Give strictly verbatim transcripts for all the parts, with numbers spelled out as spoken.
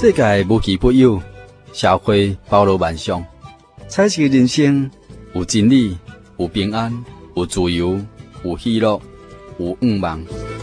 世界无奇不有，社会包罗万象。彩色人生有真理，有平安，有自由，有喜乐，有愿望。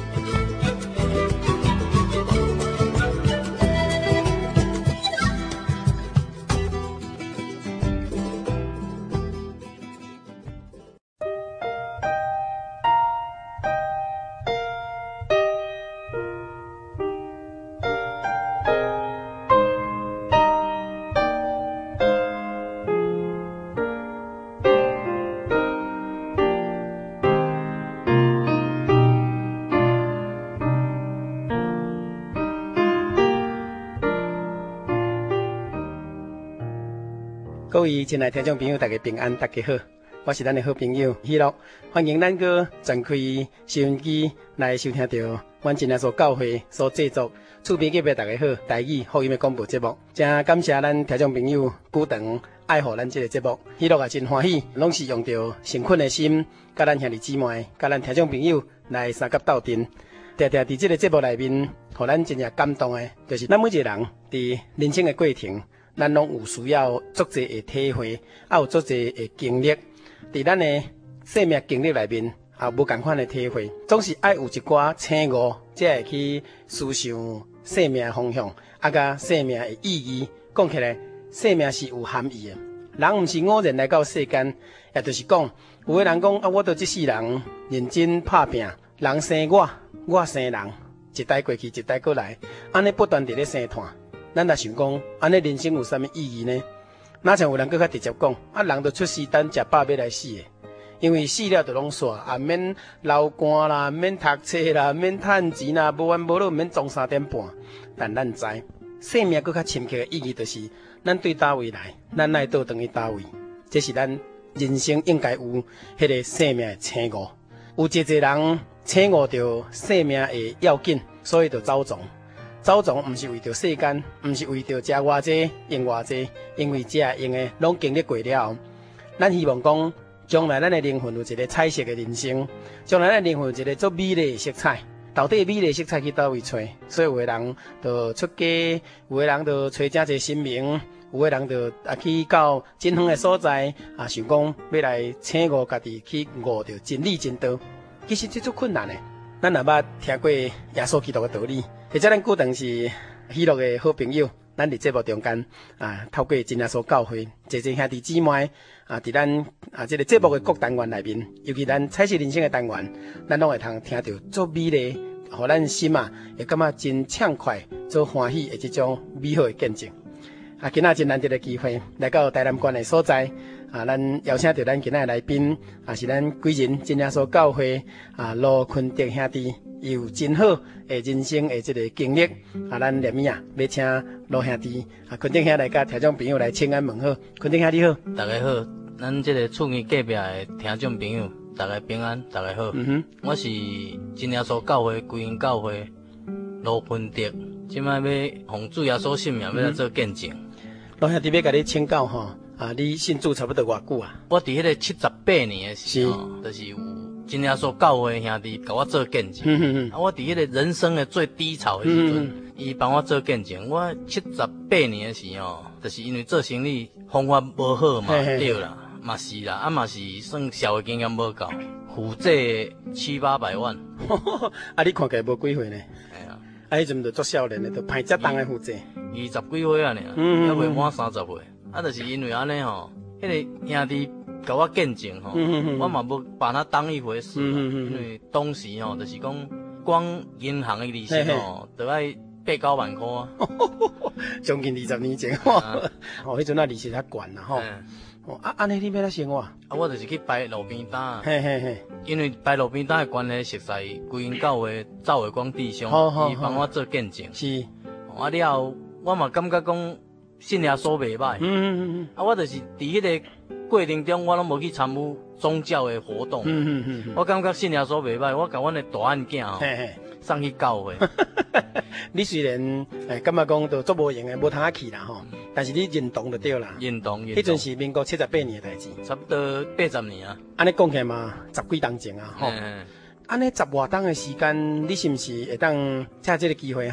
各位亲爱的听众朋友，大家平安，大家好，我是咱的好朋友喜乐，欢迎咱个转开收音机来收听到阮真耶稣教会所制作厝边隔壁大家好台语福音的广播节目，真感谢咱听众朋友久长爱护咱这个节目，喜乐也真欢喜，拢是用着诚恳的心，甲咱兄弟姊妹，甲咱听众朋友来三甲斗阵，常常伫这个节目内面，互咱真正感动的，就是咱每一个人伫人生的过程。咱拢有需要足侪的体会，也有足侪的经历，伫咱的生命经历内面，也无共款的体会，总是爱有一寡醒悟，才会去思想生命的方向，啊，甲生命的意义。讲起来，生命是有含义的。人毋是偶然来到世间，也就是讲，有的人讲啊，我到这世人认真拍拼，人生我，我生人，一代过去，一代过来，安尼不断地咧生团。咱若想讲，安尼人生有啥物意义呢？哪像有人更较直接讲，啊，人都出世等食饱要来死的，因为死了就拢煞，啊免流汗啦，免读册啦，免趁钱啦，无完无了免撞三点半。但咱知，生命更较深刻的意义，就是咱对倒位来，咱爱倒转去倒位，这是咱人生应该有迄个生命的醒悟。有一个人醒悟着生命的要紧，所以就走撞。走撞毋是为着世间，毋是为着食偌济用偌济，因为这用的拢经历过了后，咱希望讲将来咱的灵魂有一个彩色的人生，将来咱的灵魂有一个足美丽的色彩。到底美丽的色彩去倒位找？所以有的人就出家，有的人就找真济神明，有的人就啊去到真远的所在啊，想讲要来醒悟家己，去悟着真理真道。其实这足困难的。咱也捌听过耶稣基督的道理。或者咱久长是喜乐的好朋友，咱伫节目中间啊，透过真耶稣教会，坐坐兄弟姊妹啊，伫咱啊这个节目的各单元内面，尤其咱彩色人生的单元，咱拢会通听到足美丽，互咱心啊会感觉真畅快、足欢喜的这种美好的见证。啊，今仔真难得的机会来到台南县的所在啊，咱邀请到咱今仔的来宾啊，是咱贵人真耶稣教会啊罗坤德兄弟。有真好的人生的这个经历啊，咱连咪啊，要请罗兄弟啊，坤德兄来甲听众朋友来请安问好。坤德兄弟好， 大家好，咱这个厝边隔壁的听众朋友，大家平安，大家好。嗯哼，我是真耶稣教会贵人教会罗坤德，即摆要奉主耶稣性命要来做见证。 罗兄弟要甲你请教吼，啊，你信主差不多偌久啊？ 我伫迄个七十八年的时候，就是有。真耶稣教会兄弟甲我做见证，嗯、啊，我伫迄个人生的最低潮的时阵，伊、嗯、帮我做见证。我七十八年的时候，就是因为做生意方法无好嘛，嘿嘿对啦，嘛是啦，啊嘛是算社会经验无够，负债七八百万。 啊，你看起来无几岁呢？ 哎呀， 啊，迄阵就做少年的，就排遮重的负债。 二十几岁啊，呢，嗯，还未满三十岁。啊，就是因为安尼吼，迄、那个兄弟。甲我见证吼，嗯、我嘛无把它当一回事，嗯、因为当时吼，就是讲光银行的利息吼，都要八九万块啊， 将近二十年前吼，哦，迄阵啊利息较悬啦吼，哦，啊，安尼你要哪生活？啊， 我就是去摆路边摊， 嘿嘿嘿， 因为摆路边摊的关系，熟悉贵人教会赵伟光弟兄，伊帮我做见证， 是， 啊了后，我嘛感觉讲信耶稣袂歹，嗯嗯嗯，啊，我就是伫迄个。过程中，我拢无去参与宗教的活动。嗯嗯嗯，我感觉信耶稣袂歹，我甲阮的大汉囝吼送去教会。 你虽然诶感觉讲都做无用的，无通啊去啦吼，但是你认同就对啦。 认同， 迄阵是民国七十八年的代志， 差不多八十年啊。 安尼讲起来嘛，十几年前啊吼。安尼十外冬的时间，你是毋是会当借这个机会吼，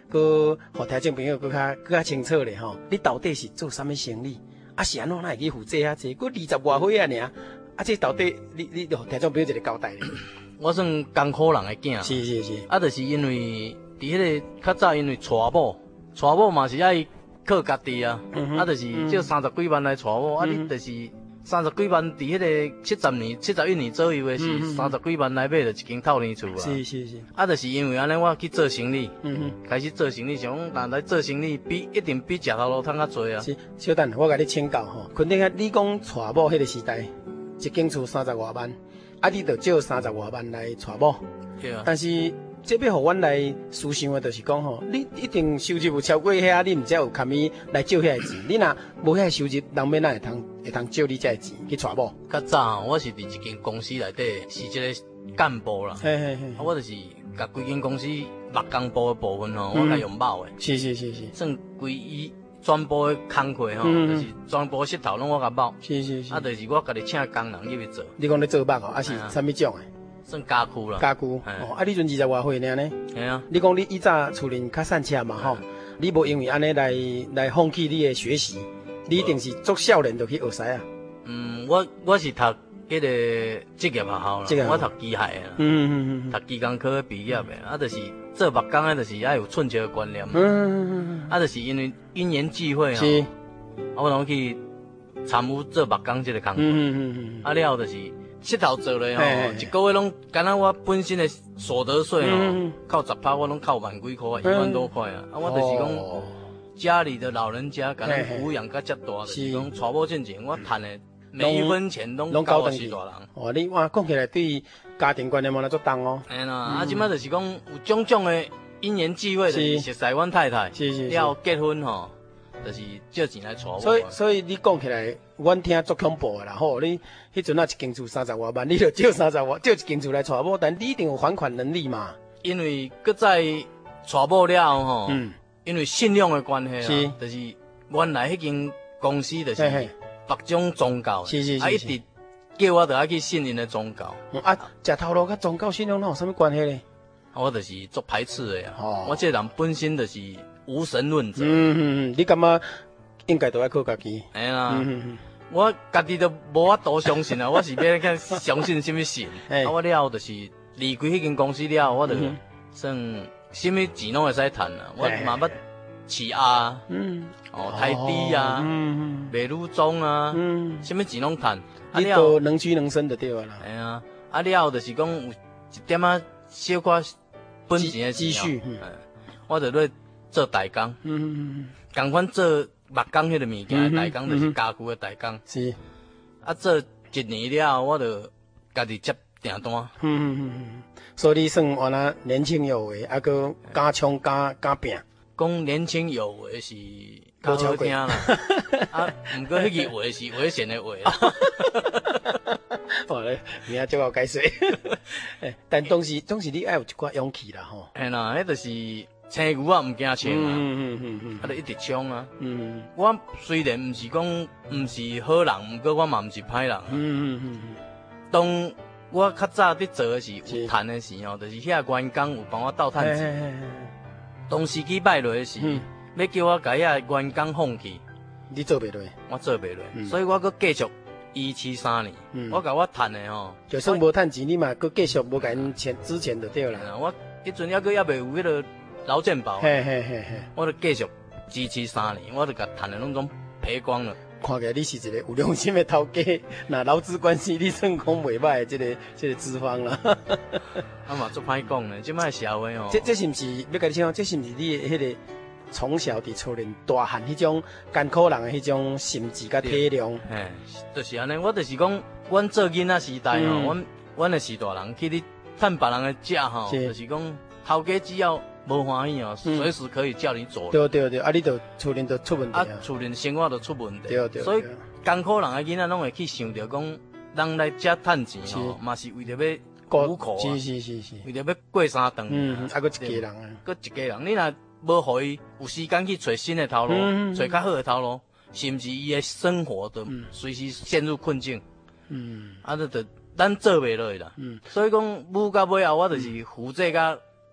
佮互听众朋友佮较佮较清楚咧吼。你到底是做啥物生意？啊是安怎会去负债遐济？佮二十外岁啊尔，啊这到底你你互听众朋友一个交代咧。 我算艰苦人的囝， 是是是， 啊，就是因为伫迄个较早，因为娶某，娶某嘛是爱靠家己啊， 嗯、 啊，就是借三十几万来娶某，嗯、啊，你就是三十几万伫迄个七十年、七十一年左右的是、嗯、三十几万来买着一间透天厝啊。 是是是， 啊，就是因为安尼，我去做生意， 嗯开始做生意，想讲但来做生意比一定比食头路赚较多啊。 是，小等我甲你请教吼，肯定啊，你讲娶某迄个时代，一间厝三十外万。啊，你着借三十外万来娶某， 对啊。 但是这要互阮来思想的，就是讲吼，你一定收入有超过遐，你毋才有堪咪来借遐个钱。你若无遐收入，人免哪会通会通借你遮个钱去娶某？ 较早我是伫一间公司内底是一个干部啦， 嘿嘿嘿， 啊，我就是甲规间公司木工部的部分吼，我甲用某的， 是是是是， 算规伊。全部的工课吼，嗯、就是全部石头拢我甲包， 是是是， 啊，就是我家己请工人入去做。 你讲咧做木哦，还是啥物种诶？ 算家具啦。 家具哦，啊，你阵二十外岁呢呢？ 系啊。 你讲你以早厝龄较散车嘛吼，你无因为安尼来来放弃你的学习，你一定是足少年就去学师啊。 嗯，我我是读迄个职业学校啦，我读机械的啦，嗯嗯嗯，读机工科毕业的，啊，就是。做木工诶，就是要有寸节的观念。嗯，啊，就是因为因缘际会吼，啊，我拢去参与做木工这个工作。嗯嗯嗯。啊了，就是石头做咧吼，一个月拢，敢若我本身的所得税吼，扣十趴，我拢扣万几块，一万多块啊。啊，我就是讲家里的老人家，敢若抚养甲遮大，就是讲娶某进前，我赚的每一分钱拢够我是大人。 哦，你哇讲起来对。家庭观念嘛，来做重哦。 哎啦，啊，即摆就是讲有种种的因缘际会，就是熟悉阮太太， 是是要结婚吼，就是借钱来娶我。 所以所以你讲起来，阮听足恐怖的啦吼，你迄阵啊一间厝三十外万，你就借三十万，借一间厝来娶某，但你一定有还款能力嘛。 因为搁在娶某了吼，嗯，因为信用的关系啦，就是原来迄间公司就是别种宗教， 是是是， 啊一直。叫我着爱去信因的宗教， 啊，食头路甲宗教信仰哪有啥物关系咧？ 我就是足排斥的呀。哦，我这人本身就是无神论者。 嗯嗯嗯，你感觉应该都要靠家己？ 哎啦，我家己都无法度相信啊，我是要看相信什么神？啊，我了就是离开迄间公司了，我就算什么钱拢会使赚啊，我嘛要起鸭，嗯，哦，台低啊，嗯，美露中啊，嗯，什么钱拢赚。 你都能屈能伸的对啦。 哎呀，啊了就是讲有一点仔小可本钱的积蓄， 我就咧做代工，嗯嗯嗯，共款做木工迄个物件，代工就是家具的代工。是，啊做一年了，我就家己接订单。嗯嗯嗯嗯，所以你算我那年轻有为，啊个敢冲敢敢拼。 讲年轻有为是。较好听啦，啊，毋过迄句话是危险的话啦。 哇咧，名仔足够解释。但当时当时你爱有一寡勇气啦吼。 嘿啦，迄就是青牛啊，毋惊青啊，嗯嗯嗯嗯，啊，就一直冲啊。嗯，我虽然毋是讲毋是好人，毋过我嘛毋是歹人。嗯嗯嗯嗯。当我较早伫做的是有趁的时候，就是遐员工有帮我斗趁钱。当时机摆落的是。要叫我甲遐员工放弃， 你做袂落， 我做袂落，嗯、所以我阁继续维持三年。嗯、我甲我趁的吼， 就算无趁钱，你嘛阁继续无甲因钱之前就对啦。 我迄阵还阁还袂有迄个劳健保，嘿嘿嘿嘿，我就继续支持三年，我就甲趁的拢总赔光了。 看起来你是一个有良心的头家，那劳资关系你算讲袂歹的，这个这个资方啦。 啊嘛，足歹讲的，即摆社会哦。 这这是毋是要甲你讲？这是毋是你的迄个？从小伫厝里大汉迄种艰苦人的迄种心智甲体谅， 嘿，就是安尼。我就是讲，阮做囡仔时代吼，阮阮的是大人去咧趁别人的食吼，就是讲头家只要无欢喜哦，随时可以叫你走。 对对对，啊，你就厝里就出问题啊， 厝里生活就出问题。 对对， 所以艰苦人的囡仔拢会去想着讲，人来遮趁钱吼，嘛是为着要糊口啊， 是是是是， 为着要过三顿。 嗯，啊，搁一家人啊， 搁一家人，你若无互伊有时间去找新的头路，嗯、找较好的头路，甚至伊的生活都随时陷入困境。嗯，啊，这就咱做袂落啦。嗯，所以讲，舞到尾后，我就是负债甲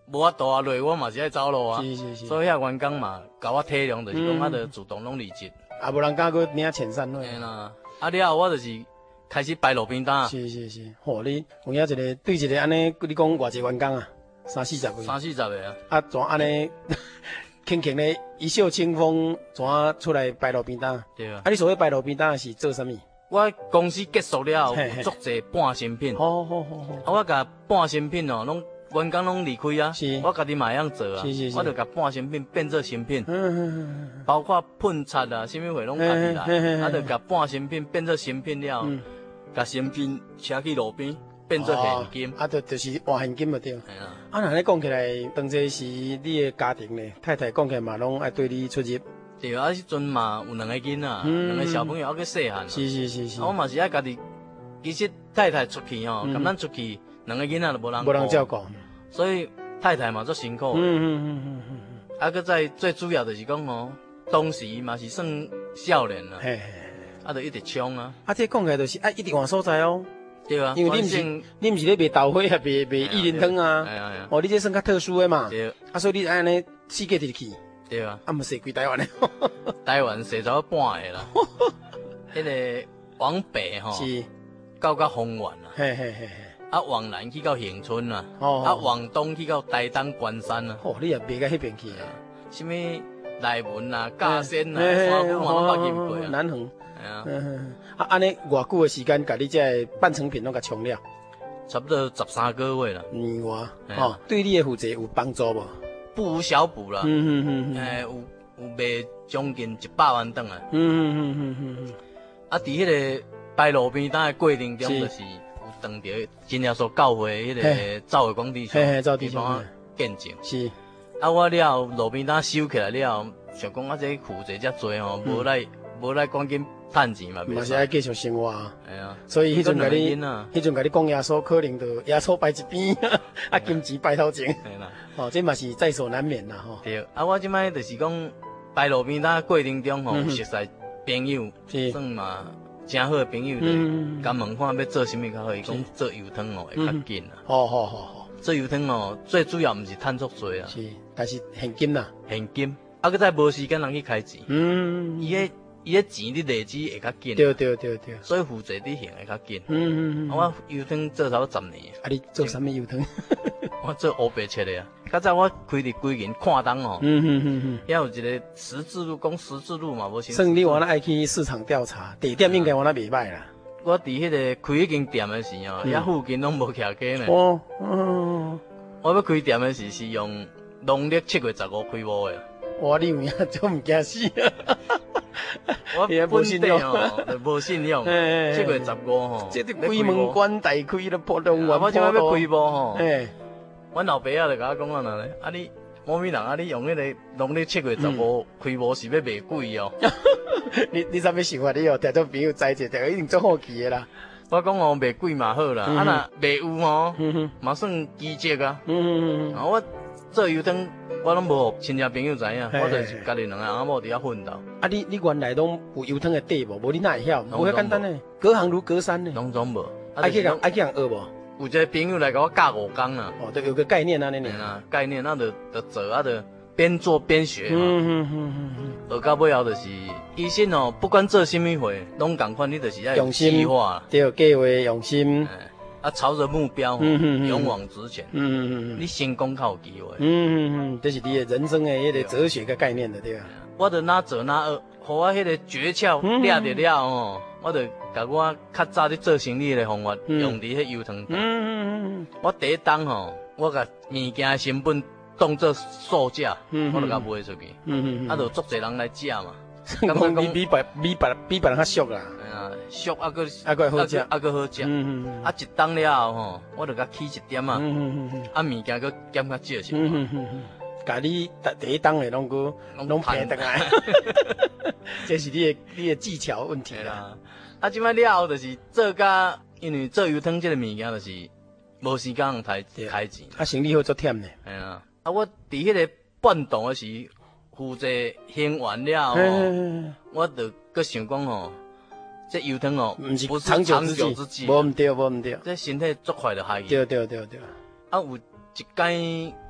无法度啊，累我嘛是爱走路啊。 是是是。 所以遐员工嘛，甲我体谅，就是讲，我就自动拢离职。 啊，无人敢去领前三位。 嘿啦，啊了后我就是开始摆路边摊。 是是是，吼你有影一个对一个安尼，你讲偌济员工啊，三四十个。 三四十个啊。 啊，怎安尼，轻轻咧一袖清风，怎出来摆路边摊？ 对啊。 啊，你所谓摆路边摊是做啥物？ 我公司结束了后，有做者半成品。 好好好好。 啊，我甲半成品哦，拢员工拢离开啊。 是。 我家己嘛会晓做啊。 是是是。 我就甲半成品变做成品。 嗯嗯嗯。 包括喷漆啊，啥物货拢家己来。啊，就甲半成品变做成品了，甲成品车去路边变做现金。 啊，就就是换现金就对。 系啊。 啊，那你讲起来，当这是你的家庭呢？太太讲起来嘛，拢爱对你出入。 对啊，迄阵嘛有两个囡仔，两个小朋友还佫细汉。 是是是是。 我嘛是爱家己，其实太太出去吼，咁咱出去，两个囡仔就无人无人照顾， 所以太太嘛足辛苦。 嗯嗯嗯嗯嗯。 啊，佫在最主要就是讲吼，当时嘛是算少年啦， 嘿嘿， 啊，就一直冲啊。 啊，这讲起来就是啊，一直换所在哦。 对啊， 因为你毋是你毋是咧卖豆花，还卖卖薏仁汤啊。 哎呀呀。 哦，你这算较特殊的嘛。 对。 啊，所以你安尼四界直去。 对啊， 啊，毋是规台湾的， 台湾踅走半个啦。迄个往北吼， 是到到丰原啦， 嘿嘿嘿嘿， 啊往南去到恒春啦， 哦， 啊往东去到台东关山啦。 哦，你也别到迄边去啊？ 什么内文啦、嘉仙啦、沙埔嘛拢捌经过啊。 南横， 系啊。 啊，安尼偌久的时间，甲你这半成品拢甲冲了， 差不多十三个月啦。 年外，哦，对你的负责有帮助无？ 不无小补啦， 嗯嗯嗯嗯， 诶，有有卖将近一百万吨啊， 嗯嗯嗯嗯嗯嗯， 啊，伫迄个摆路边摊的过程中，就是有当着真正所教会迄个造会工地上， 嘿嘿，造地上见证是， 啊，我了路边摊收起来了，想讲啊，这负债遮多吼，无来无来赶紧趁钱嘛， 嘛是爱继续生活啊， 系啊， 所以迄阵甲你，迄阵甲你讲耶稣，可能就耶稣摆一边，啊，金钱摆头前。哦，这嘛是在所难免啦，吼。 对，啊，我即摆就是讲摆路边摊过程中吼，有熟悉朋友，算嘛真好的朋友，就敢问看要做啥物较好，伊讲做油汤哦会较紧啦。 好好好好， 做油汤哦，最主要毋是趁足多啊， 是，但是现金啦， 现金，啊，佮再无时间人去开钱。 嗯， 伊个伊个钱你累积会较紧。 对对对对。 所以负债你还会较紧。 嗯嗯嗯。 我油汤做差不多十年。 啊，你做啥物油汤？ 我做乌白切的啊。较早我开伫规间看档哦， 嗯嗯嗯嗯， 遐有一个十字路，讲十字路嘛，无先。 算你往那爱去市场调查，地点应该往那袂歹啦。 我伫迄个开迄间店的时候，遐附近拢无徛街呢。 哦，嗯， 我要开店的时是用农历七月十五开幕的。 哇，你有影做唔惊死啊！ 我本地哦，无信用。七月十五吼， 这啲鬼门关大开了，破洞我我即摆要开幕吼。 哎， 阮老爸啊就甲我讲啊，哪咧？啊你某米人啊，你用迄个农历七月十五开幕是要卖贵哦。 你你啥物想法？你哦，听到朋友知者，大家一定做好奇的啦。 我讲哦，卖贵嘛好啦，啊若卖有吼，嘛算奇迹啊。啊我做油汤。我拢无亲戚朋友知影，我就是家己两个阿某伫遐奋斗。 啊，你你原来拢有油汤的底无？无你哪会晓？无遐简单呢，隔行如隔山呢。 拢总无。 爱去人爱去人学无？ 有一个朋友来甲我教五工啦。 哦，都有个概念啊，那年啊，概念，那就就做啊，就边做边学嘛。 嗯嗯嗯嗯嗯。 学到尾后就是，医生哦，不管做啥物货，拢共款，你就是要用心计划， 对，计划用心。 啊，朝着目标，勇往直前。嗯嗯嗯你成功较有机会。 嗯嗯嗯，这是你的人生的迄个哲学个概念的，对吧？ 我着哪做哪学，互我迄个诀窍抓着了吼，我着甲我较早咧做生意的方法用伫迄油汤。嗯嗯嗯我第一档吼，我甲物件的成本当做售价，我着甲卖出去。嗯嗯啊，着足侪人来食嘛。 感觉讲比别比别比别人较俗啦。 俗啊个啊个好食， 啊个好食，啊一当了后吼，我就甲起一点啊，啊物件佫减较少些，甲你第一当的拢佫拢平倒来，这是你的你的技巧问题啦。啊，即摆了后就是做甲，因为做油汤这个物件就是无时间开开钱，啊生理好足忝呢。系啊，啊我伫迄个半途的时负责兴完了后，我就佫想讲吼。这油汤哦，不是长久之计，无唔对，无唔对，这身体足快就害去。对对对对。啊，有一间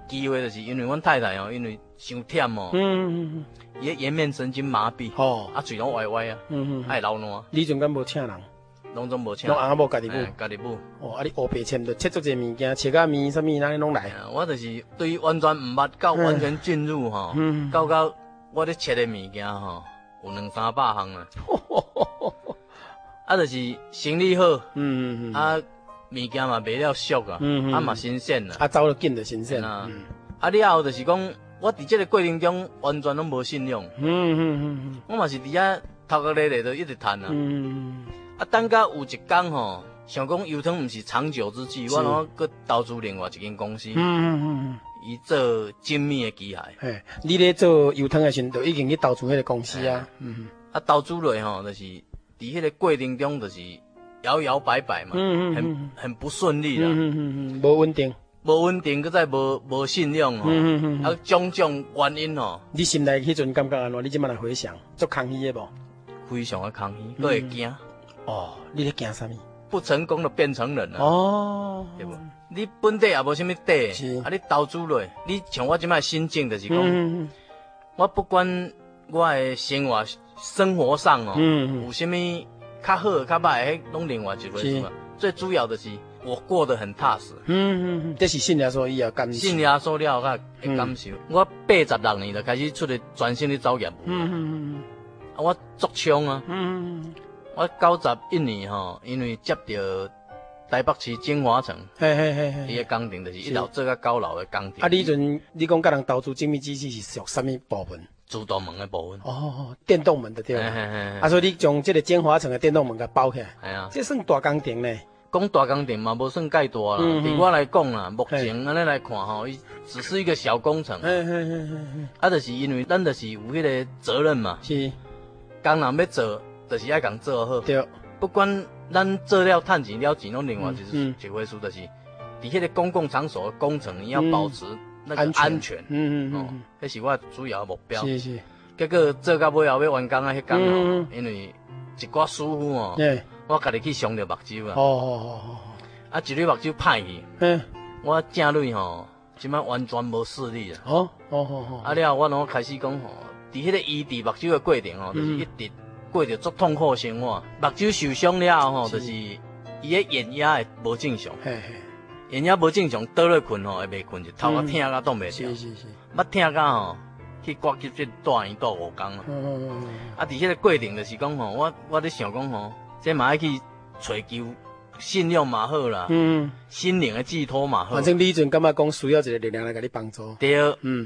机会，就是因为阮太太哦，因为伤忝哦， 嗯嗯伊颜面神经麻痹， 哦， 啊，嘴拢歪歪啊， 嗯嗯， 爱流汗， 你阵敢无请人？ 拢总无请， 拢阿某家己母， 家己母。 哦，啊，你乌白签着切足侪物件，切甲面啥物，咱拢来。 我就是对于完全毋捌到完全进入吼，到到我咧切的物件吼，有两三百项啊。啊，就是生理好，嗯嗯嗯，啊，物件嘛卖了俗啊，啊嘛新鲜啊， 啊走得紧就新鲜啊。啊了后就是讲，我伫这个过程中完全拢无信用，嗯嗯嗯嗯，我嘛是伫遐头壳咧咧都一直赚啊，嗯。啊，等到有一天吼，想讲油汤毋是长久之计，我拢搁投资另外一间公司，嗯嗯嗯，伊做精密的机械。 嘿，你咧做油汤的时阵，就已经去投资迄个公司啊。嗯， 啊，投资落吼，就是伫迄个过程中，就是摇摇摆摆嘛，嗯嗯，很很不顺利啦，嗯嗯嗯，无稳定， 无稳定，搁再无无信用吼，嗯嗯嗯，啊，种种原因吼。 你心内迄阵感觉安怎？你即摆来回想，足空虚的无？ 非常的空虚，搁会惊。 哦，你咧惊啥物？ 不成功的变成人啊！ 哦， 对不？你本底也无啥物底，啊，你投资落，你像我即摆心境就是讲，嗯嗯、我不管我的生活生活上哦，嗯嗯、有啥物较好较歹，迄拢另外一回事嘛。最主要的是我过得很踏实。嗯嗯， 这是信耶稣以后感受。 信耶稣了后，较会感受。嗯、我八十六年就开始出来专心去走业务。嗯嗯嗯，啊，我足冲啊。嗯嗯。我九十一年吼，因为接到台北市精华城，嘿嘿嘿嘿，伊个工程就是一路做到九楼的工程。 啊，你阵你讲甲人投资精密机器是属什么部分？ 自动门的部分。 哦，电动门的对啦。嘿嘿嘿。啊，所以你将这个精华城的电动门给包起来。系啊。这算大工程呢。 讲大工程嘛，无算介大啦。对我来讲啦，目前安尼来看吼，伊只是一个小工程。嘿嘿嘿嘿嘿。啊，就是因为咱就是有迄个责任嘛。是。工人要做。就是爱共做好，对，不管咱做了趁钱了钱，拢另外就是一回事，就是伫迄个公共场所的工程，你要保持那个安全，嗯嗯嗯，迄是我主要的目标。是是。结果做到尾后要完工啊，迄工哦，因为一寡师傅哦，我家己去伤着目睭啊，哦哦哦哦，啊一粒目睭歹去，嗯，我正蕊吼，即摆完全无视力啊，哦哦哦哦，啊了我拢开始讲吼，伫迄个医治目睭的过程吼，就是一直。过着足痛苦的生活，目睭受伤了吼，就是伊个眼压会无正常，眼压无正常，倒咧困吼会袂困，就头壳疼甲挡袂牢，是是是，捌疼甲吼去挂急诊住院住五工啊。啊，伫迄个过程就是讲吼，我我咧想讲吼，这嘛爱去找求信用嘛好啦，嗯，心灵的寄托嘛好。 反正你阵感觉讲需要一个力量来甲你帮助。 对，嗯。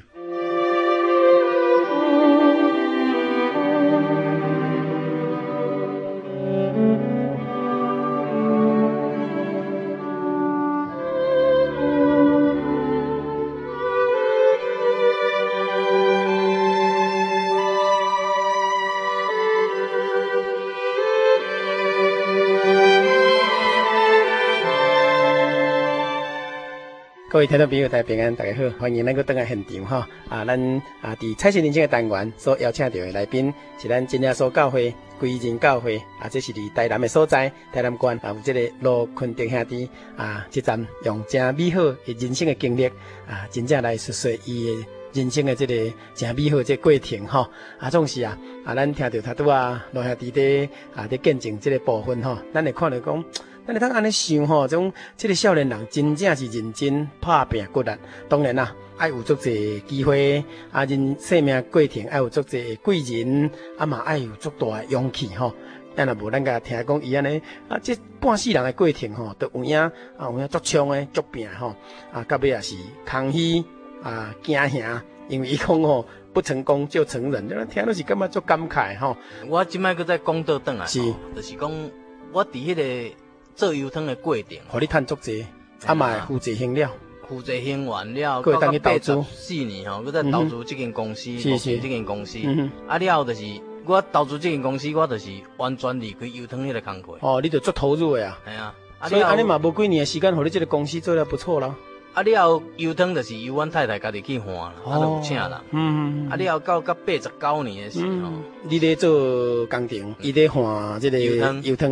各位听众朋友，大家平安，大家好，欢迎咱个登来现场哈。啊，咱啊，伫彩色人生的单元所邀请到的来宾是咱真耶稣教会归仁教会啊，这是伫台南的所在，台南县啊有这个罗坤德兄弟啊，这站用真美好的人生的经历啊，真正来述说伊的人生的这个真美好的这个过程哈。啊，总是啊，啊，咱听到他拄啊罗兄弟在啊在见证这个部分哈，咱会看到讲。咱会通安尼想吼，种这个少年人真正是认真打拼骨力。当然啦，爱有足侪机会，啊，人生命过程爱有足侪贵人，啊嘛爱有足大的勇气吼。咱若无咱甲听讲伊安尼啊，这半世人的过程吼，都有影啊，有影足冲的足拼吼，啊，到尾也是空虚啊，惊吓，因为伊讲吼。不成功就成人，咱听都是感觉足感慨吼。 我即摆搁再讲倒转来，是，就是讲我伫迄个。做油汤的过程， 互你趁足济，啊嘛负责行了， 负责行完了，到到八十四年吼，我再投资这间公司，是是这间公司，啊了后就是我投资这间公司，我就是完全离开油汤迄个工作。 哦，你就足投入的啊？ 系啊， 所以安尼嘛无几年的时间，互你这个公司做了不错啦。 啊了后油汤就是由阮太太家己去换啦，啊都有请人。嗯嗯。啊了后到到八十九年的时候， 你咧做工程，伊咧换这个油汤。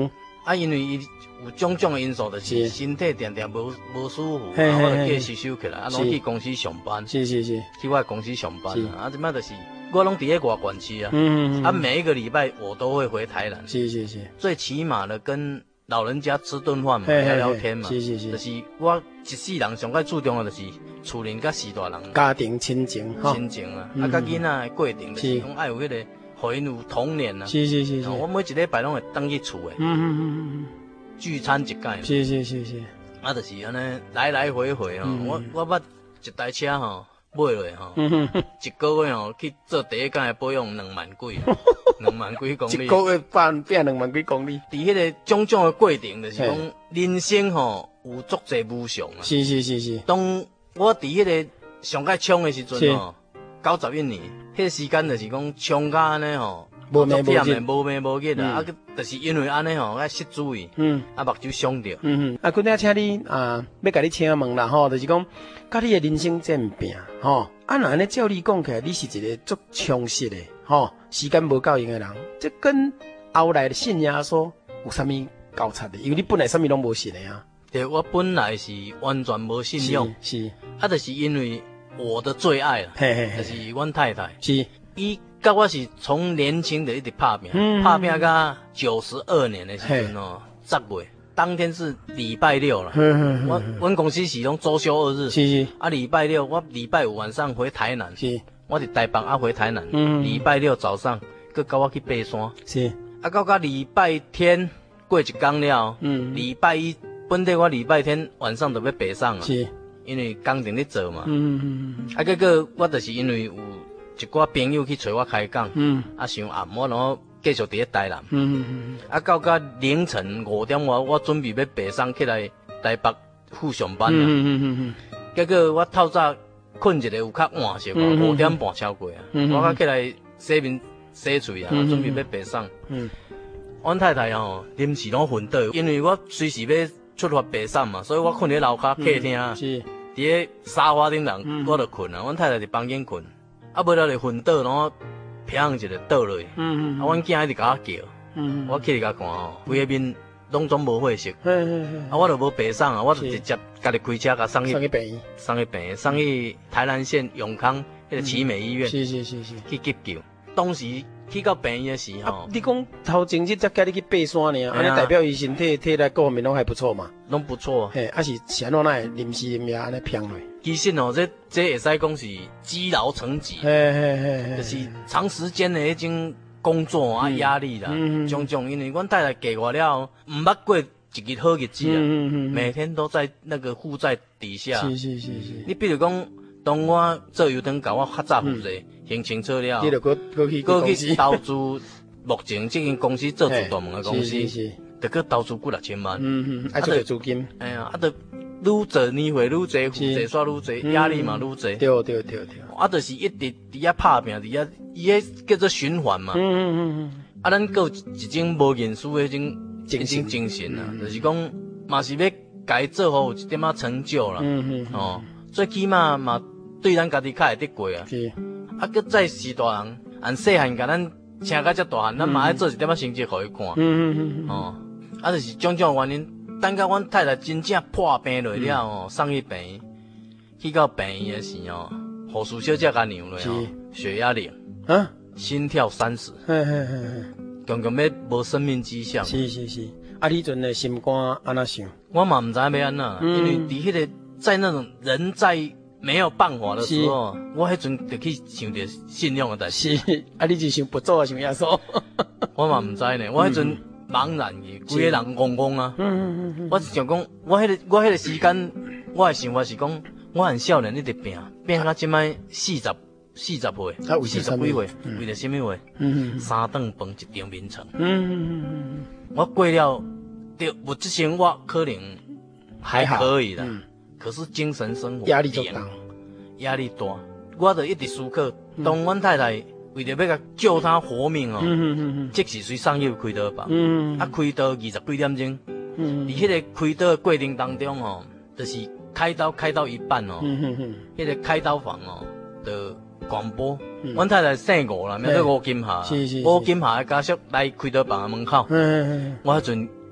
啊，因为伊有种种的因素，就是身体定定无无舒服， 嘿嘿嘿啊，我就继续收起来，啊，拢去公司上班。 是是是， 去我公司上班啊，啊，即摆就是我拢伫咧外县区啊， 嗯嗯啊，每一个礼拜我都会回台南， 是是是， 最起码的跟老人家吃顿饭嘛， 嘿嘿嘿聊聊天嘛， 是是是， 就是我一世人上介注重的就是厝人甲四大人家庭亲情， 亲情啊，啊，甲囡仔的过程就是讲爱有迄个，互因有童年啊， 是是是是， 我每一礼拜拢会登去厝诶， 嗯嗯嗯嗯， 聚餐一届， 是是是是， 啊，就是安尼来来回回吼，我我捌一台车吼。买落吼，一个月吼去做第一工的保养两万几，两万几公里。 一个月办变两万几公里。 伫迄个种种的过程，就是讲人生吼有足侪无常啊。 是是是是。 当我伫迄个上介冲的时阵吼，九十一年，迄个时间就是讲冲甲安尼吼， 无眠无日， 无眠无日啊，啊，就是因为安尼吼，爱失注意，嗯，啊，目睭伤着， 嗯嗯，啊，今仔请你啊，要甲你请问啦吼，就是讲，甲你的人生渐变吼，啊，那安尼照你讲起来，你是一个足充实的吼，时间无够用的人，这跟后来的信耶稣有啥物交叉的？因为你本来啥物拢无信的啊。 对，我本来是完全无信仰，是，啊，就是因为我的最爱啦，嘿嘿，就是阮太太，是，伊。甲我是从年轻的一直拍拼，嗯、拍拼到九十二年的时阵哦，十月当天是礼拜六啦。嗯、我阮公司是拢周休二日，是是。啊，礼拜六我礼拜五晚上回台南，是。我伫台北啊回台南，嗯、礼拜六早上佮甲我去爬山，是。啊，到甲礼拜天过一天了，嗯，礼拜一本地我礼拜天晚上就要爬上啊，是。因为工程咧做嘛，嗯嗯嗯。啊，结果我就是因为有。一寡朋友去找我开讲，嗯，啊上暗我然后继续伫咧台南，嗯嗯嗯，啊到甲凌晨五点我我准备要爬山起来台北赴上班啦，嗯嗯嗯嗯，结果我透早困一个有较晚些，五点半超过啊，我甲起来洗面洗嘴啊，准备要爬山，嗯，阮太太吼临时拢昏倒，因为我随时要出发爬山嘛，所以我困伫楼骹客厅，是，伫咧沙发顶上我就困啊，阮太太伫房间困。啊，尾了就昏倒，然后砰一下倒落去。嗯嗯。啊，阮囝一直甲我叫。嗯嗯。我去甲看吼，规个面拢总无血色。嘿嘿嘿。啊，我就无爬上啊，我就直接家己开车甲送去。送去病院。送去病院，送去台南县永康迄个奇美医院。是是是是。去急救。当时去到病院的时候，你讲头前日才叫你去爬山呢，安尼代表伊身体体力各方面拢还不错嘛？拢不错。嘿，啊是安怎来临时临夜安尼砰落？其实哦，这这会使讲是积劳成疾，嘿嘿嘿，就是长时间的迄种工作啊压力啦，种种。因为阮太太嫁我了，唔捌过一日好日子啊，每天都在那个负债底下。是是是是。你比如讲，当我做油灯搞我较早负债，还清楚了，你就过过去过去投资，目前这间公司做自大门的公司，是是，得去投资几六千万，嗯嗯，爱做资金，哎呀，啊得。愈做年岁愈多，负债煞愈多，压力嘛愈多。对对对对。啊，就是一直伫遐拍拼，伫遐伊迄叫做循环嘛。嗯嗯嗯。啊，咱搁一种无认输的迄种一种精神啊，就是讲嘛是要家做好有一点仔成就啦。嗯嗯。哦，最起码嘛对咱家己较会得过啊。是。啊，搁再是大人，按细汉甲咱请甲遮大汉，咱嘛爱做一点仔成绩互伊看。嗯嗯嗯。哦，啊，就是种种原因。等到阮太太真正破病落了哦，送去病院，去到病院的时候，护士小姐甲量落哦，血压零，啊，心跳三十，嘿嘿嘿嘿，强强要无生命迹象。是是是，啊，你阵的心肝安怎想？我嘛唔知要安怎，因为伫迄个在那种人在没有办法的时候，我迄阵就去想着信仰的代志。是，啊，你是想不做啊，想耶稣？我嘛唔知呢，我迄阵。茫然嘅，规个人戆戆啊！嗯嗯嗯我是想讲，我迄、那个我迄个时间，我的想法是讲，我很少年一直拼，拼到即摆四十四十岁，四十几岁，为了什么话？嗯嗯三顿饭一张眠床。嗯嗯嗯嗯我过了，对，我之前我可能还可以啦，嗯、可是精神生活压力就大，压力大，我就一直思考，当阮太太。为着要甲救他活命哦，嗯嗯嗯即時隨送去開刀房，嗯啊開刀二十幾點鐘，嗯，喺迄個開刀的過程當中哦，就是開刀開到一半哦，嗯嗯嗯，迄個開刀房哦的廣播，阮太太姓吳啦，名做吳金霞，是是，吳金霞的家屬來開刀房的門口，嗯嗯嗯，我迄陣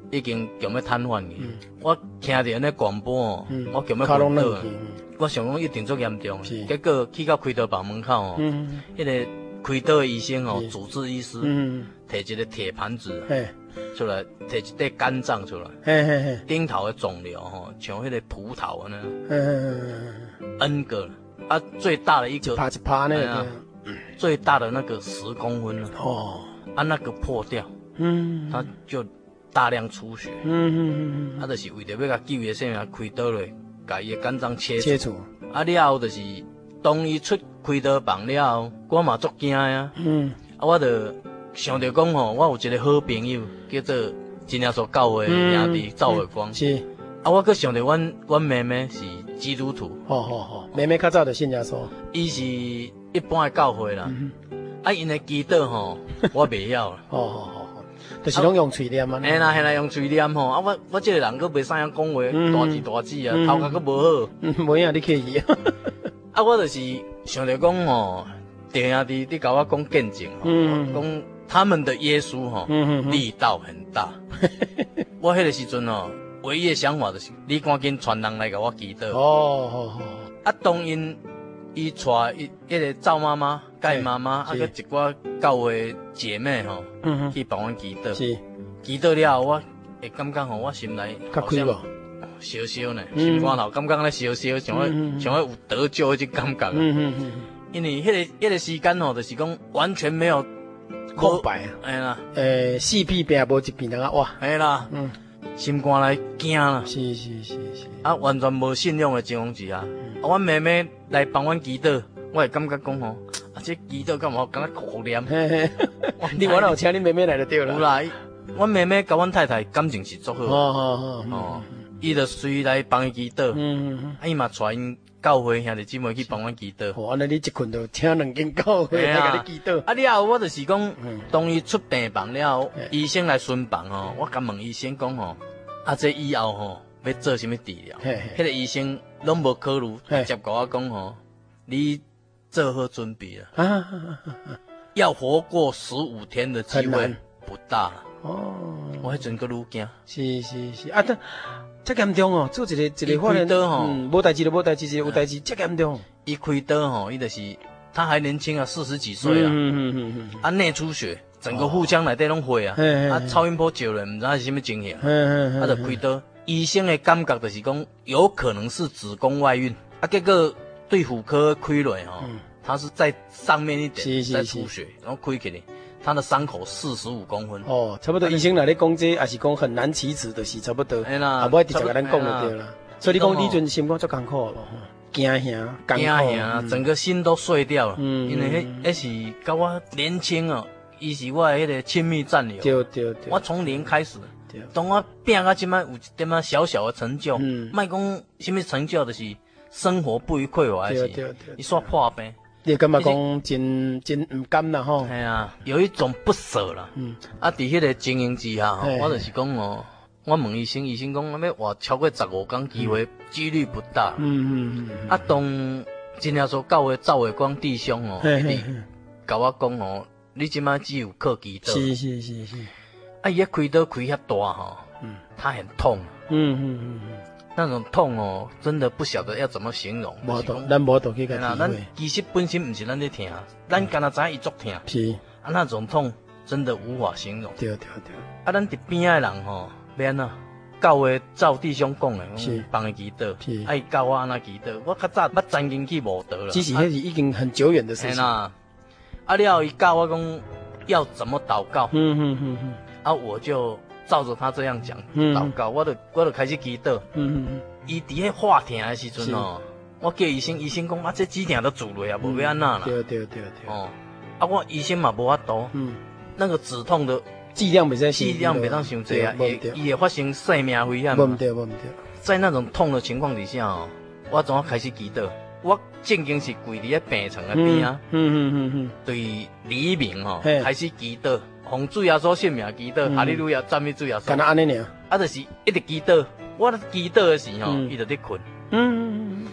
已经强要瘫痪去。我听着安尼广播哦，我强要昏倒。我想讲一定足严重，结果去到开刀房门口哦，迄个开刀的医生哦，主治医师，摕一个铁盘子出来，摕一块肝脏出来，顶头的肿瘤吼，像迄个葡萄安尼 ，N 个，啊，最大的一个， 一趴一趴那个， 最大的那个十公分了，哦，啊那个破掉，嗯，他就大量出血，嗯嗯嗯，啊，就是为着要甲救伊的性命，开刀咧。把伊的肝脏切切除， 啊了后就是当伊出开刀房了后，我嘛足惊呀。嗯，啊我就想着讲吼，我有一个好朋友叫做真耶稣教会兄弟赵伟光。是，啊我搁想着阮阮妹妹是基督徒。 好好好，妹妹较早就信耶稣。 伊是一般的教会啦，啊因的祈祷吼，我袂晓啦。 好好好。就是拢用嘴念啊！ 嘿啦嘿啦，用嘴念吼！啊，我我这个人佫袂啥样讲话，大字大字啊，头壳佫无好。 无影你客气。 啊，我就是想着讲吼，弟兄弟，你甲我讲见证吼，讲他们的耶稣吼，力道很大。我迄个时阵吼，唯一的想法就是，你赶紧传人来甲我祈祷。哦，好好。啊，当因伊带伊迄个赵妈妈、盖妈妈，啊，佮一寡教会姐妹吼，去帮阮祈祷。是，祈祷了后，我会感觉吼，我心内好像烧烧呢，心肝头感觉咧烧烧，像咧像咧有得救迄种感觉。嗯嗯嗯。因为迄个迄个时间吼，就是讲完全没有空白啊。 哎啦， 诶，四片病无一片啊，哇。 哎啦，嗯，心肝来惊啦。 是是是是。啊， 完全无信仰的情况之下。啊，阮妹妹来帮阮祈祷，我会感觉讲吼，啊，这祈祷干嘛？敢若苦念。 你我有请你妹妹来就对了。 有啦，阮妹妹甲阮太太感情是足好。哦哦哦。伊就随来帮伊祈祷。嗯嗯嗯。啊，伊嘛带因教会兄弟姊妹去帮阮祈祷。 哦，安尼你一困就请两间教会来甲你祈祷。 啊，了后我就是讲，当伊出病房了后，医生来巡房吼，我甲问医生讲吼，啊，这以后吼要做什么治疗？迄个医生。拢无考虑，直接甲我讲吼，你做好准备了，啊、要活过十五天的机会不大了。哦，我迄阵个愈惊。 是是是，啊，这这严重哦，做一个一个发现，嗯，无代志就无代志，有代志这严重。 伊开刀吼，伊就是他还年轻啊，四十几岁啊，嗯嗯嗯嗯，啊内出血，整个腹腔内底拢血啊，啊超音波照了，唔知是什么情形，啊就开刀。医生的感觉就是讲，有可能是子宫外孕啊，结果对妇科开落吼，它是在上面一点在出血，然后开起来，他的伤口四十五公分。 哦，差不多医生来咧讲这，也是讲很难启齿，就是差不多，啊，不会直接甲咱讲就对啦。所以你讲你阵心肝足艰苦咯，惊吓， 惊吓，整个心都碎掉了。嗯，因为迄迄是甲我年轻哦，伊是我的迄个亲密战友。 对对对， 我从零开始。当我拼到即摆有一点仔小小的成就，莫讲什么成就，就是生活不予匮乏，是，你煞破病， 你感觉讲真真唔甘啦吼。 系啊，有一种不舍啦。嗯，啊，伫迄个经营之下，我就是讲哦，我问医生，医生讲要活超过十五天机会几率不大。嗯嗯嗯。啊，当真正说教会赵伟光弟兄哦，你甲我讲哦，你即摆只有靠祈祷。 是是是是。 啊，伊开刀开遐大吼，嗯，他很痛，嗯嗯嗯嗯，那种痛哦，真的不晓得要怎么形容。 无懂，咱无懂去个体会。 咱其实本身不是咱在疼，咱干那知伊足疼。是，啊，那种痛真的无法形容。 对对对。 啊，咱伫边仔人吼，免啊，教会照弟兄讲的，是帮伊祈祷，是爱教我安那祈祷。我较早捌钻进去无得了。 其实迄是已经很久远的事情。 啊，啊了伊教我讲要怎么祷告。嗯嗯嗯嗯。啊，我就照着他这样讲祷告，我就我就开始祈祷。嗯嗯嗯。伊伫迄化疼的时阵哦，我叫医生，医生讲啊，这止疼都做落啊，无要安那啦。 对对对对。哦， 啊，我医生嘛无法度。嗯。那个止痛的剂量袂使， 剂量袂当伤济啊，也也会发生生命危险嘛。 唔对，唔对。 在那种痛的情况底下哦，我怎啊开始祈祷？我正经是跪伫咧病床的边啊。嗯嗯嗯嗯。对黎明哦，开始祈祷。奉主耶稣性命祈祷，哈利路亚，赞美主耶稣。 干那安尼尔， 啊，就是一直祈祷。我咧祈祷的时候，伊就咧困。嗯，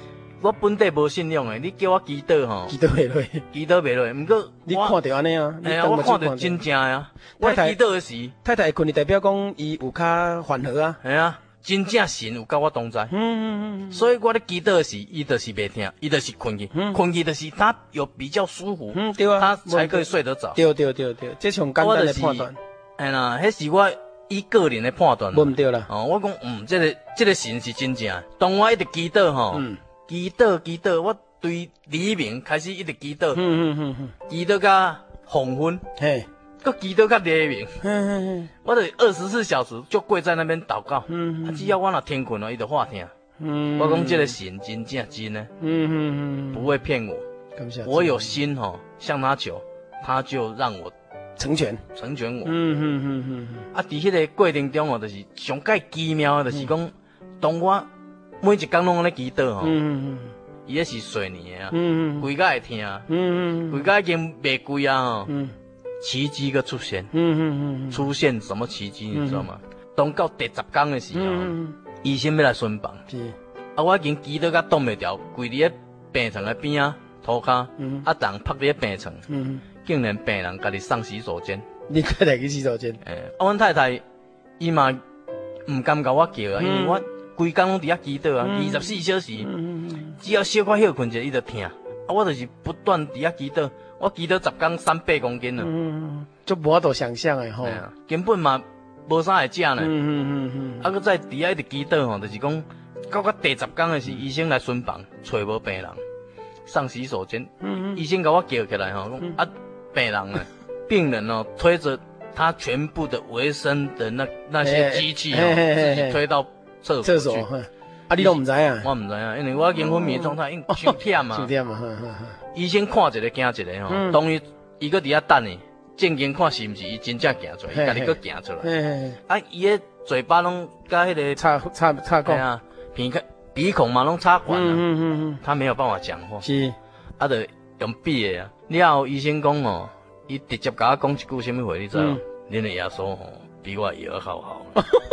我本地无信用诶，你叫我祈祷吼， 祈祷袂落， 祈祷袂落。毋过你看到安尼啊？ 哎呀，我看到真正啊！我祈祷诶时， 太太困，代表讲伊有较缓和啊。 系啊，真正神有甲我同在。嗯嗯嗯。所以我咧祈祷诶时，伊就是袂听，伊就是困去，困去就是他有比较舒服，嗯对啊，他才可以睡得着。 对对对对，这上简单诶判断。 哎啦，迄是我。以个人的判断， 无毋对啦。 哦，我讲，嗯，这个这个神是真正。当我一直祈祷吼，嗯，祈祷祈祷，我对黎明开始一直祈祷，嗯嗯嗯嗯，祈祷到黄昏，嘿，佮祈祷到黎明，嗯嗯嗯，我得二十四小时就跪在那边祷告，嗯嗯，只要我若天困了，伊就话听，嗯，我讲这个神真正真呢，嗯嗯嗯，不会骗我，我有心吼向他求，他就让我。 成全， 成全我。嗯嗯嗯嗯。啊，伫迄个过程中哦，就是上介奇妙的，就是讲，当我每一工拢咧祈祷吼，嗯嗯嗯，伊迄是水泥的啊，嗯嗯，规家会听，嗯嗯，规家已经袂贵啊吼，嗯，奇迹个出现，嗯嗯嗯，出现什么奇迹你知道吗？当到第十工的时候，医生要来巡房，是，啊，我已经祈祷甲挡袂牢，跪伫咧病床的边啊，涂骹，嗯，啊，人趴伫咧病床，嗯。竟然病人家己上洗手间， 你快来去洗手间。 诶、欸，啊，阮太太伊嘛唔敢甲我叫啊，嗯、因为我规工拢伫遐祈祷啊，二十四小时，嗯嗯、只要小可休困者，伊就疼。啊，我就是不断伫遐祈禱，我祈禱十工三八公斤了， 嗯，就無法度想象诶吼， 啊，根本嘛無啥會食呢，嗯嗯嗯嗯，啊，佮再伫遐一直祈禱吼，就是講到我第十工誒時，醫生來巡房，找無病人，上洗手間，嗯嗯，醫生甲我叫起來吼，講、嗯、啊。病人呢？病人哦，推着他全部的維生的那那些機器哦，嘿嘿嘿嘿自己推到廁所。廁所， 啊，你都唔知啊？ 我唔知啊，因為我已經昏迷狀態，因為傷忝嘛。 傷忝嘛， 醫生看一個驚一個吼，嗯、當伊伊個伫遐等呢，正經看是唔是伊真正行出來，伊家己個行出來。嘿嘿啊，伊個嘴巴攏甲迄個插插插管啊，鼻孔鼻孔嘛攏插管啊，嗯嗯嗯，他沒有辦法講話。 是， 啊，就用閉的啊。了後醫生講哦，伊直接甲我講一句什麼話，你知道？恁的耶穌吼比我藥好好。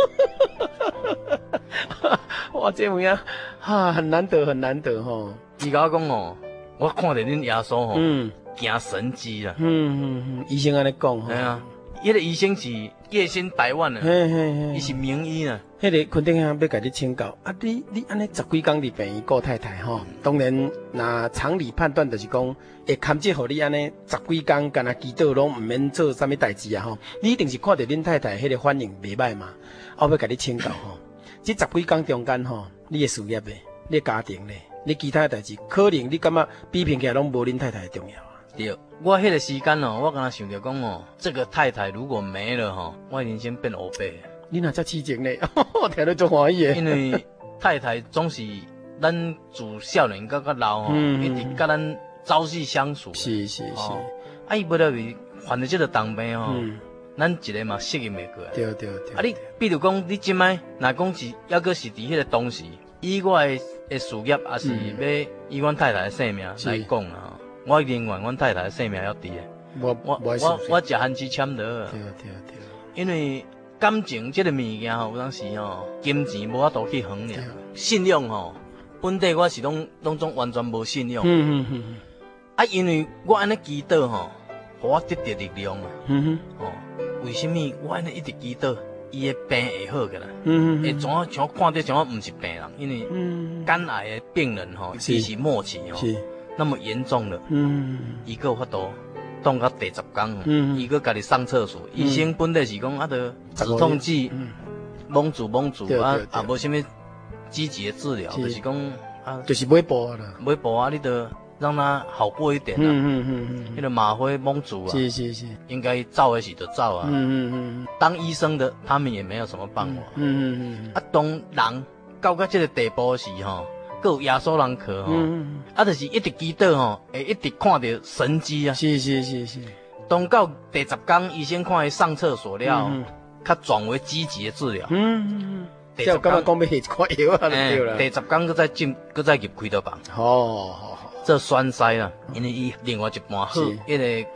哇，這樣哈，很難得，很難得吼。 伊甲我講哦，我看到恁耶穌吼，嗯，行神蹟啦。嗯嗯嗯，醫生安尼講吼。係啊， 迄個醫生是月薪百萬啊，嘿嘿嘿，伊是名醫啊。 迄個昆頂鄉要甲你請教，啊，你你安尼十幾工佇病院顧太太吼，當然那常理判斷就是講，會堪接互你安尼十幾工，干那祈禱攏毋免做啥物代志啊吼，你一定是看到恁太太迄個反應袂歹嘛，我要甲你請教吼，這十幾工中間吼，你的事業咧，你的家庭咧，你其他代志，可能你感覺比拼起來攏無恁太太重要啊。 對，我迄個時間哦，我剛剛想着講哦，這個太太如果沒了吼，我人生變烏白。 你哪遮痴情呢？我聽到足歡喜的。 因為太太總是咱自少年到到老吼，一直甲咱朝夕相處。是是是。啊，伊為了為犯了這個重病吼，咱一個嘛適應袂過來。對對對。啊，你比如講，你即擺若講是，抑閣是佇迄個當時，以我的的事業，也是要以阮太太的性命來講啊，我寧願阮太太的性命要佇的。我我我我食番薯簽的。對對對。因為感情這個物件吼，有當時吼，金錢無法度去衡量。信用吼，本地我是攏攏總完全無信用。嗯嗯嗯。啊，因為我安尼祈禱吼，互我得到力量啊。嗯哼。哦，為什麼我安尼一直祈禱，伊的病會好個啦？嗯嗯。會怎啊像看着像我毋是病人，因為肝癌的病人吼，伊是末期吼，是那麼嚴重了。嗯。伊個有法度。當到第十天，伊個家己上廁所，醫生本來是講啊，得止痛劑，蒙住蒙住啊，啊無什麼積極的治療，就是講啊， 就是尾部啦， 尾部啊，你得讓它好過一點啊，嗯嗯嗯，那個嗎啡蒙住啊，是是是，應該照的時就照啊，嗯嗯嗯，當醫生的他們也沒有什麼辦法，嗯嗯嗯，啊，當人到到這個地步時吼。有耶穌人去吼，嗯、啊，就是一直祈禱吼，會一直看到神蹟啊。是是是是。當到第十天，醫生看伊上廁所了，嗯、較轉為積極的治療。嗯嗯。第十天講要下一款藥啊，對啦。第十天佮再進，佮再入開刀房。好好好。這栓塞啦，因為伊另外一半好，因為講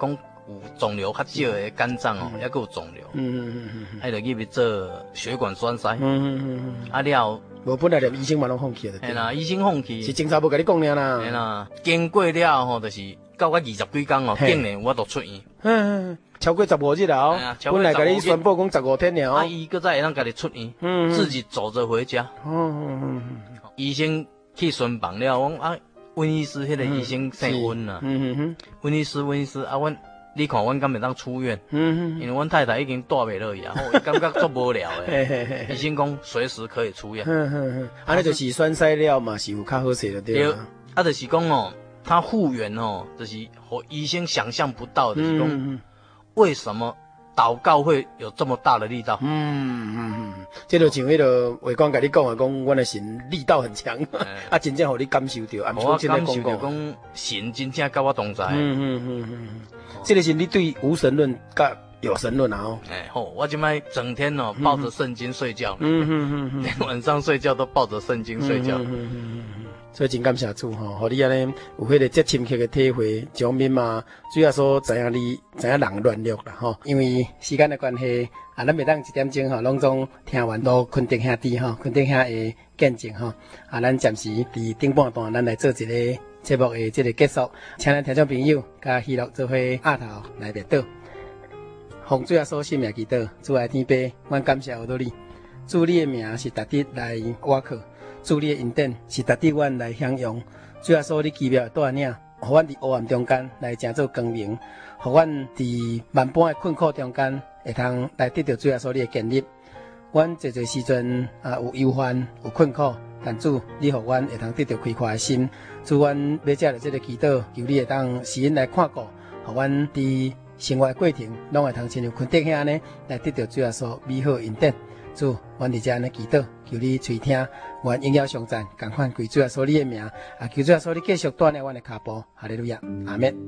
有肿瘤较少的肝脏哦，还佫有肿瘤，嗯嗯嗯嗯，还得入去做血管栓塞，嗯嗯嗯嗯，啊了， 无本来连医生嘛拢放弃了， 嘿啦，医生放弃， 是警察无甲你讲尔啦， 嘿啦，经过了吼，就是到个二十几天哦，竟然我都出院，嗯， 超过十五日了哦，本来甲你宣布讲十五天了哦， 啊，伊佫再会当甲你出院，嗯，自己走着回家，嗯嗯嗯，医生去巡房了，我啊。温医师，迄个医生姓温啦。嗯嗯嗯。温医师，温医师啊，阮你看阮敢会当出院？嗯嗯。因为阮太太已经住袂落去啊，伊感觉足无聊诶。医生讲随时可以出院。嗯嗯嗯。 啊，那就是栓塞了嘛，是有较好势的对啦。 啊，就是讲哦，他复原哦，就是和医生想象不到的，就是讲为什么祷告会有这么大的力道？嗯嗯嗯。这就像迄个话讲，甲你讲啊，讲阮的神力道很强，啊，真正互你感受到，啊， 我感受到讲神真正甲我同在。嗯嗯嗯嗯，这个是你对无神论甲有神论啊？哦， 哎好，我今摆整天哦抱着圣经睡觉，嗯嗯嗯嗯，晚上睡觉都抱着圣经睡觉。嗯嗯嗯嗯。所以真感谢主吼，互你安尼有迄个最深刻的体会，将面嘛，主要说知影你知影人软弱啦吼，因为时间的关系，啊，咱袂当一点钟吼，拢总听完都昆定兄弟吼，昆定兄的见证吼，啊，咱暂时伫顶半段，咱来做一个节目的这个结束，请咱听众朋友甲喜乐做伙压头来列祷，奉主耶稣圣名祈祷，主爱天父，阮感谢有到你，主你的名是值得来挖靠。主你的恩典是值得阮来享用，主要说你奇妙的带领，互阮伫黑暗中间来成做光明，互阮伫万般的困苦中间会通来得到主要说你的建立。阮这这时阵啊有忧患有困苦，但主你互阮会通得到开阔的心。主阮要借着这个祈祷，求你会当时因来看顾，互阮伫生活的过程拢会通亲像昆德遐呢来得到主要说美好的恩典。主，阮伫遮安尼祈祷，求你垂听，阮应邀上赞，共款归主耶稣你的名，啊，求主耶稣你继续带领阮的脚步，哈利路亚，阿门。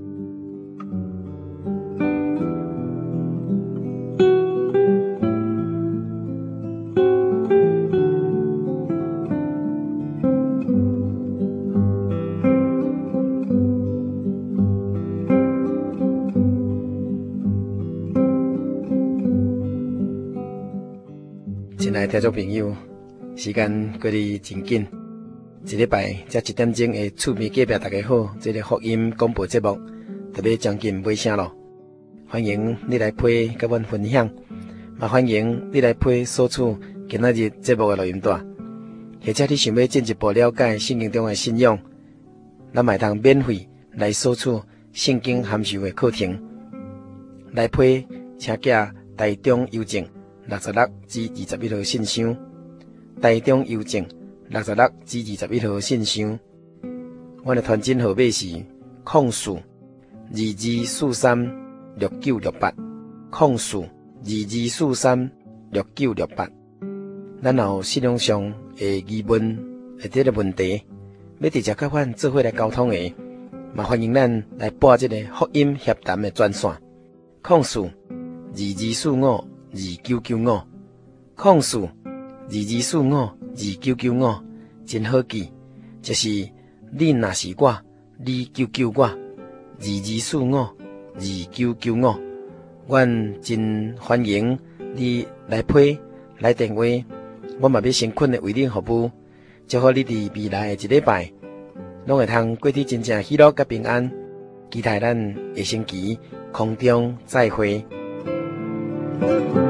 亲爱的听众朋友，时间过得真紧，一礼拜才一点钟的厝边隔壁大家好，这个福音广播节目特别将近尾声咯。欢迎你来配甲阮分享，也欢迎你来配索取今仔日节目的录音带，或者你想要进一步了解圣经中的信仰，咱嘛通免费来索取圣经函授的课程，来配请寄台中邮政六十六至二十一号信箱，台中邮政六十六至二十一号信箱。阮的传真号码是零四二二四三六九六八，零四二二四三六九六八。咱有信仰上的疑问或者个问题，要直接甲阮做伙来沟通的，嘛欢迎咱来拨这个福音协谈的专线，零四二二四五二九九五，零四二二四五二九九五，真好记，就是你若是我，你救救我，二二四五二九九五，阮真欢迎你来批来电话，我嘛要诚恳的为你服务，祝福你伫未来的一礼拜，拢会通过得真正喜乐甲平安，期待咱下星期空中再会。